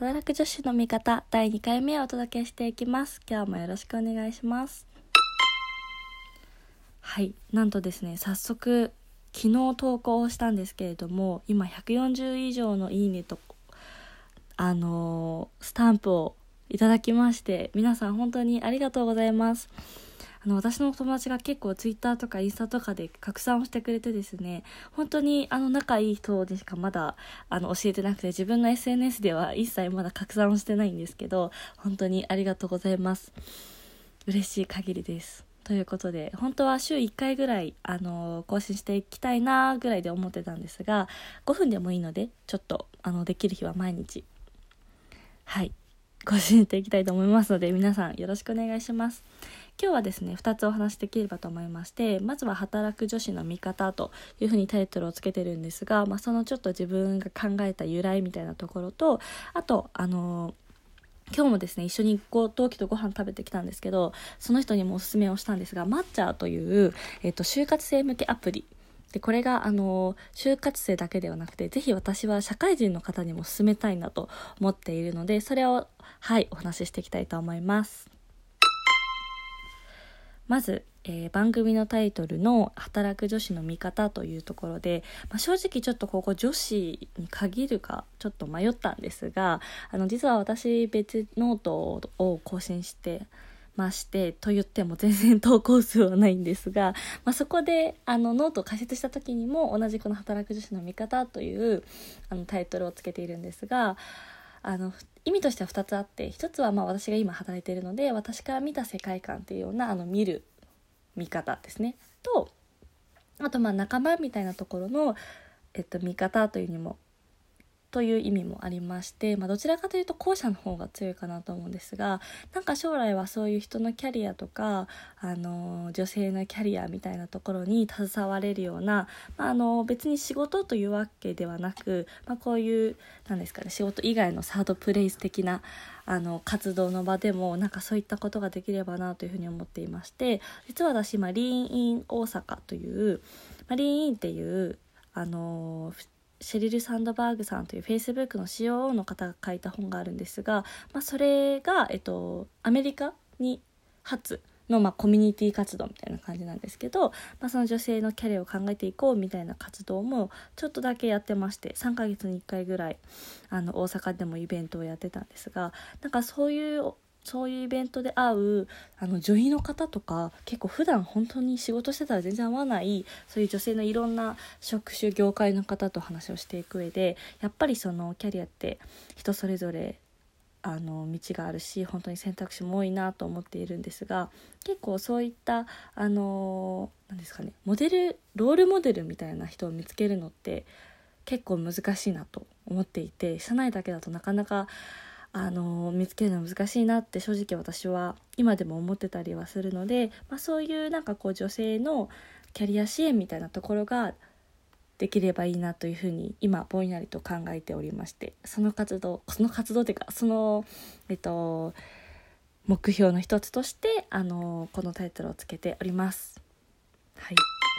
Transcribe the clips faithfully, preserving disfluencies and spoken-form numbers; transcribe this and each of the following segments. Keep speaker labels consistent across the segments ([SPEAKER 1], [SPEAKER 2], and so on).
[SPEAKER 1] 働く女子の味方だいにかいめをお届けしていきます。今日もよろしくお願いします。はい、なんとですね、早速昨日投稿をしたんですけれども、今ひゃくよんじゅう以上のいいねとあのー、スタンプをいただきまして、皆さん本当にありがとうございます。あの私の友達が結構ツイッターとかインスタとかで拡散をしてくれてですね、本当にあの仲いい人にしかまだあの教えてなくて、自分の エスエヌエス では一切まだ拡散をしてないんですけど、本当にありがとうございます。嬉しい限りです。ということで、本当は週いっかいぐらい、あのー、更新していきたいなぐらいで思ってたんですが、ごふんでもいいのでちょっとあのできる日は毎日はい更新していきたいと思いますので、皆さんよろしくお願いします。今日はですねふたつお話しできればと思いまして、まずは働く女子の味方というふうにタイトルをつけてるんですが、まあ、そのちょっと自分が考えた由来みたいなところと、あとあの今日もですね一緒にご同期とご飯食べてきたんですけど、その人にもおすすめをしたんですが、マッチャーという、えっと、就活生向けアプリで、これがあの就活生だけではなくて、ぜひ私は社会人の方にも勧めたいなと思っているので、それをはいお話ししていきたいと思います。まず、えー、番組のタイトルの働く女子の味方というところで、まあ、正直ちょっとここ女子に限るかちょっと迷ったんですが、あの実は私別ノートを更新してましてと言っても全然投稿数はないんですが、まあ、そこであのノートを解説した時にも同じこの働く女子の味方というあのタイトルをつけているんですが、あの意味としてはふたつあって、ひとつはまあ私が今働いているので、私から見た世界観っていうようなあの見る見方ですねと、あとまあ仲間みたいなところの、えっと、見方というにもという意味もありまして、まあ、どちらかというと後者の方が強いかなと思うんですが、なんか将来はそういう人のキャリアとか、あの女性のキャリアみたいなところに携われるような、まあ、あの別に仕事というわけではなく、まあ、こういうなんですかね、仕事以外のサードプレイス的なあの活動の場でもなんかそういったことができればなというふうに思っていまして、実は私今リーンイン大阪という、まあ、リーンインっていうあのシェリル・サンドバーグさんという Facebook の シーオーオー の方が書いた本があるんですが、まあ、それが、えっと、アメリカに初の、まあ、コミュニティ活動みたいな感じなんですけど、まあ、その女性のキャリアを考えていこうみたいな活動もちょっとだけやってまして、さんかげつにいっかいぐらいあの大阪でもイベントをやってたんですが、なんかそういうそういうイベントで会うあの女医の方とか、結構普段本当に仕事してたら全然会わないそういう女性のいろんな職種業界の方と話をしていく上で、やっぱりそのキャリアって人それぞれあの道があるし、本当に選択肢も多いなと思っているんですが、結構そういったあのなんですかね、モデルロールモデルみたいな人を見つけるのって結構難しいなと思っていて、社内だけだとなかなかあの見つけるの難しいなって正直私は今でも思ってたりはするので、まあ、そういうなんかこう女性のキャリア支援みたいなところができればいいなというふうに今ぼんやりと考えておりまして、その活動その活動というかそのえっと目標の一つとしてあのこのタイトルをつけております。はい、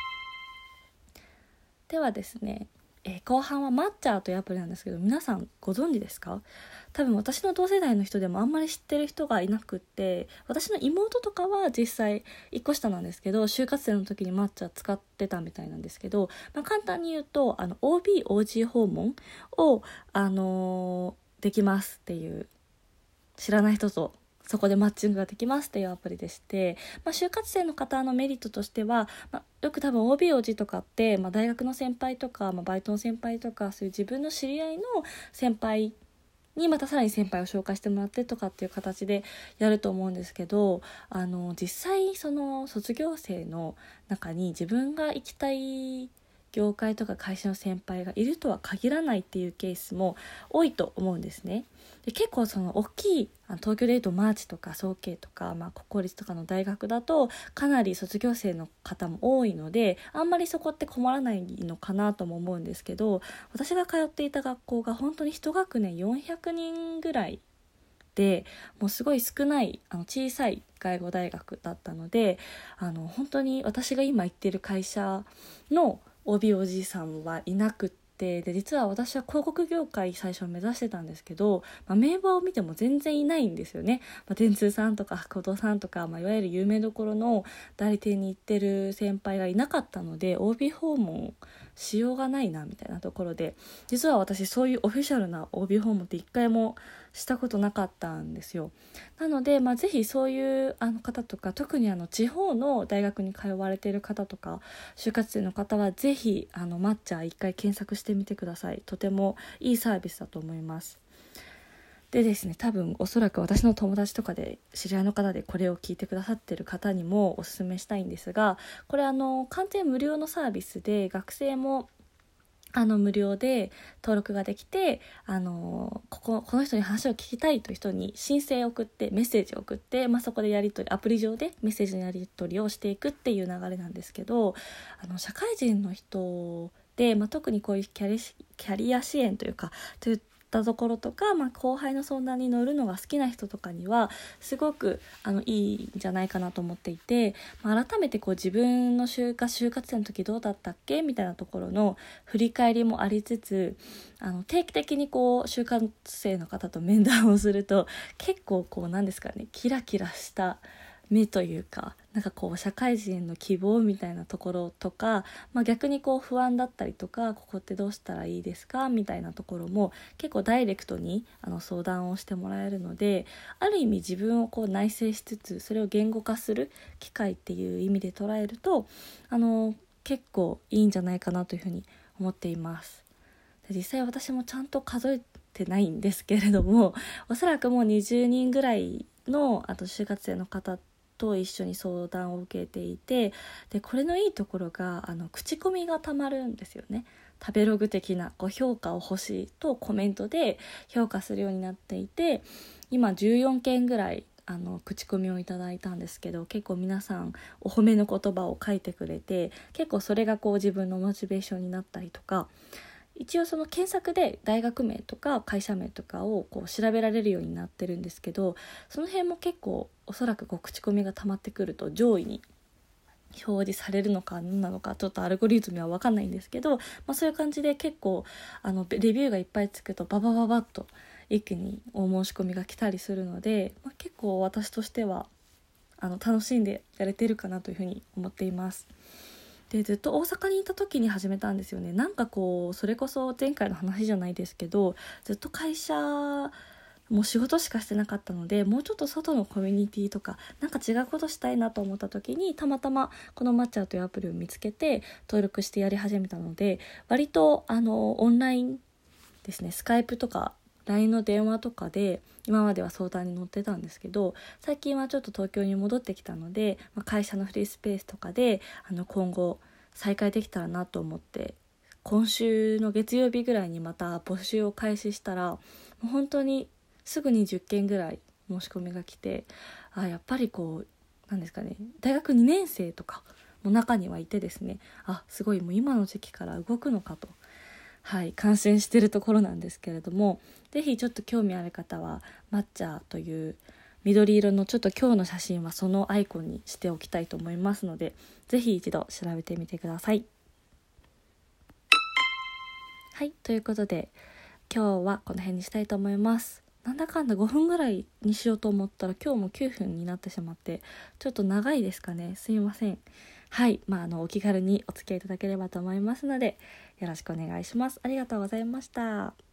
[SPEAKER 1] ではですね、えー、後半はマッチャーというアプリなんですけど、皆さんご存知ですか？多分私の同世代の人でもあんまり知ってる人がいなくって、私の妹とかは実際いっこ下なんですけど、就活生の時にマッチャー使ってたみたいなんですけど、まあ、簡単に言うとあの オービーオージー 訪問を、あのー、できますっていう、知らない人とそこでマッチングができますっていうアプリでして、まあ、就活生の方のメリットとしては、まあ、よく多分 オービーオージー とかって、まあ、大学の先輩とか、まあ、バイトの先輩とか、そういう自分の知り合いの先輩にまたさらに先輩を紹介してもらってとかっていう形でやると思うんですけど、あの実際その卒業生の中に自分が行きたい業界とか会社の先輩がいるとは限らないっていうケースも多いと思うんですね。で結構その大きい東京でいうとマーチとか早慶とか、まあ、国公立とかの大学だとかなり卒業生の方も多いので、あんまりそこって困らないのかなとも思うんですけど、私が通っていた学校が本当に一学年よんひゃくにんぐらいで、もうすごい少ないあの小さい外語大学だったので、あの本当に私が今行っている会社の オービーオージー さんはいなくって、 て、で実は私は広告業界最初目指してたんですけど、まあ、名簿を見ても全然いないんですよね。まあ、電通さんとか博報さんとか、まあ、いわゆる有名どころの代理店に行ってる先輩がいなかったので オービー 訪問しようがないなみたいなところで、実は私そういうオフィシャルな オービー 訪問って一回もしたことなかったんですよ。なので、まあ、ぜひそういうあの方とか、特にあの地方の大学に通われている方とか就活生の方はぜひあのマッチャー一回検索してみてください。とてもいいサービスだと思います。でですね、多分おそらく私の友達とかで知り合いの方でこれを聞いてくださってる方にもおすすめしたいんですが、これあの完全無料のサービスで、学生もあの無料で登録ができて、あのこここの人に話を聞きたいという人に申請を送ってメッセージを送って、まあ、そこでやり取りアプリ上でメッセージのやり取りをしていくっていう流れなんですけど、あの社会人の人で、まあ、特にこういうキャリ、キャリア支援というかといったところとか、まあ、後輩の相談に乗るのが好きな人とかにはすごくあのいいんじゃないかなと思っていて、まあ、改めてこう自分の就活就活生の時どうだったっけみたいなところの振り返りもありつつ、あの定期的にこう就活生の方と面談をすると結構こうなんですかね、キラキラした目というか、なんかこう社会人の希望みたいなところとか、まあ、逆にこう不安だったりとか、ここってどうしたらいいですかみたいなところも結構ダイレクトにあの相談をしてもらえるので、ある意味自分をこう内省しつつそれを言語化する機会っていう意味で捉えると、あの結構いいんじゃないかなというふうに思っています。で実際私もちゃんと数えてないんですけれども、おそらくもうにじゅうにんぐらいのあと就活生の方と一緒に相談を受けていて、でこれのいいところがあの口コミがたまるんですよね。食べログ的なこう評価を欲しいとコメントで評価するようになっていて、今じゅうよんけんぐらいあの口コミをいただいたんですけど、結構皆さんお褒めの言葉を書いてくれて、結構それがこう自分のモチベーションになったりとか、一応その検索で大学名とか会社名とかをこう調べられるようになってるんですけど、その辺も結構おそらくこう口コミが溜まってくると上位に表示されるのか何なのかちょっとアルゴリズムは分かんないんですけど、まあ、そういう感じで結構あのレビューがいっぱいつくとババババッと一気にお申し込みが来たりするので、まあ、結構私としてはあの楽しんでやれてるかなというふうに思っています。でずっと大阪にいた時に始めたんですよね。なんかこうそれこそ前回の話じゃないですけど、ずっと会社もう仕事しかしてなかったので、もうちょっと外のコミュニティとかなんか違うことしたいなと思った時に、たまたまこのマッチャーというアプリを見つけて登録してやり始めたので、割とあのオンラインですね、スカイプとか ライン の電話とかで今までは相談に乗ってたんですけど、最近はちょっと東京に戻ってきたので、まあ、会社のフリースペースとかであの今後再開できたらなと思って、今週の月曜日ぐらいにまた募集を開始したら、もう本当にすぐにじゅっけんぐらい申し込みが来て、あやっぱりこうなんですかね、大学にねん生とかの中にはいてですね、あすごいもう今の時期から動くのかと、はい、感心してるところなんですけれども、ぜひちょっと興味ある方はマッチャーという緑色のちょっと今日の写真はそのアイコンにしておきたいと思いますので、ぜひ一度調べてみてください。はい、ということで今日はこの辺にしたいと思います。なんだかんだごふんぐらいにしようと思ったら今日もきゅうふんになってしまってちょっと長いですかね、すいません。はい、まあ、あのお気軽にお付き合いいただければと思いますのでよろしくお願いします。ありがとうございました。